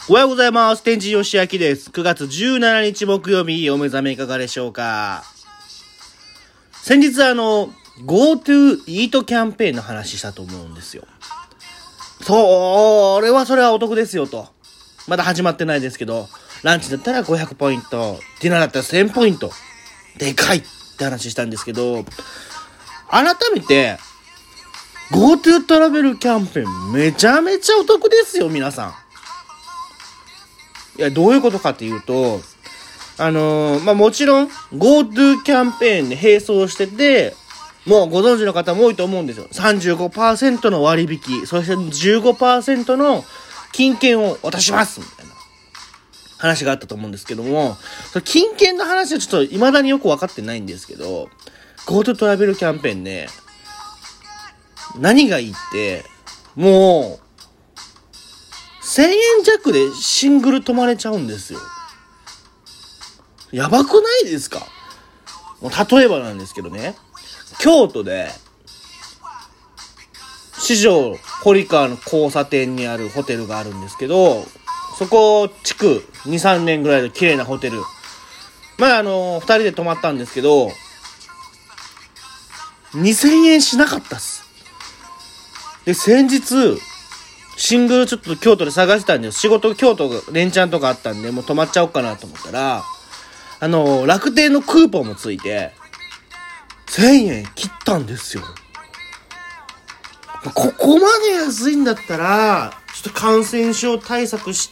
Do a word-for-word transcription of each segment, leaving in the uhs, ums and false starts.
おはようございます。天神よしあきです。くがつじゅうしちにち木曜日、お目覚めいかがでしょうか。先日あの GoTo イートキャンペーンの話したと思うんですよ。そう、俺はそれはお得ですよと。まだ始まってないですけど、ランチだったらごひゃくポイント、ディナーだったらせんポイント、でかいって話したんですけど、改めて GoTo トラベルキャンペーンめちゃめちゃお得ですよ皆さん。いや、どういうことかっていうと、あのー、まあ、もちろん GoTo キャンペーンで並走してて、もうご存知の方も多いと思うんですよ。さんじゅうごパーセント の割引、そして じゅうごパーセント の金券を渡しますみたいな話があったと思うんですけども、その金券の話はちょっと未だによく分かってないんですけど、GoTo トラベルキャンペーンね、何がいいって、もうせんえん弱でシングル泊まれちゃうんですよ。やばくないですか？もう例えばなんですけどね、京都で四条堀川の交差点にあるホテルがあるんですけど、そこ築にさんねんぐらいで綺麗なホテル、まああのふたりで泊まったんですけどにせんえんしなかったっす。で先日シングルちょっと京都で探してたんです。仕事京都連チャンとかあったんで、もう泊まっちゃおうかなと思ったら、あの楽天のクーポンもついてせんえん切ったんですよ。ここまで安いんだったらちょっと感染症対策して、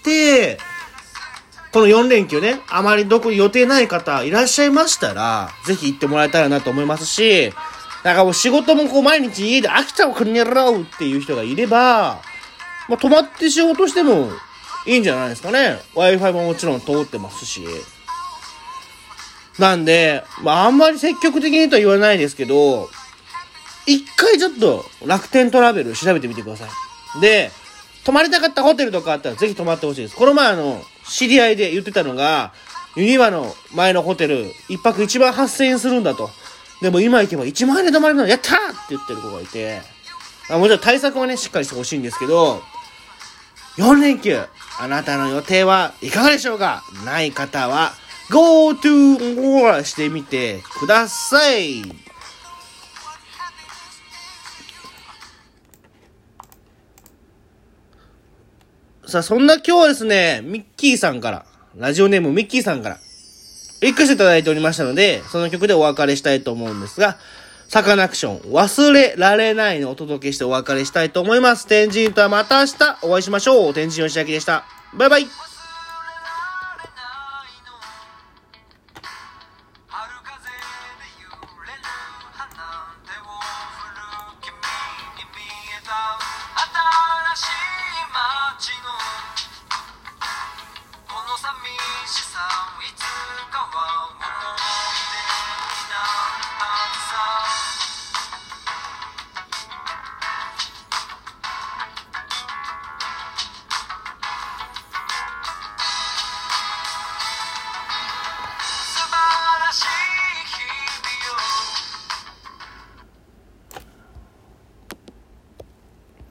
このよん連休ね、あまりどこに予定ない方いらっしゃいましたらぜひ行ってもらえたらなと思いますし、なんかもう仕事もこう毎日家で飽きちゃうくんやろうっていう人がいれば、まあ、泊まって仕事してもいいんじゃないですかね。 Wi-Fi ももちろん通ってますし。なんで、まああんまり積極的にとは言わないですけど、一回ちょっと楽天トラベル調べてみてください。で、泊まりたかったホテルとかあったらぜひ泊まってほしいです。この前あの知り合いで言ってたのが、ユニバの前のホテル一泊いちまんはっせんえんするんだと。でも今行けばいちまんえんで泊まれるのやったーって言ってる子がいて、あ、もちろん対策はねしっかりしてほしいんですけど、よん連休あなたの予定はいかがでしょうか。ない方は GoTo してみてください。さあ、そんな今日はですね、ミッキーさんから、ラジオネームミッキーさんからリクエストいただいておりましたので、その曲でお別れしたいと思うんですが、サカナクション忘れられないのをお届けしてお別れしたいと思います。天神とはまた明日お会いしましょう。天神よしあきでした。バイバイ。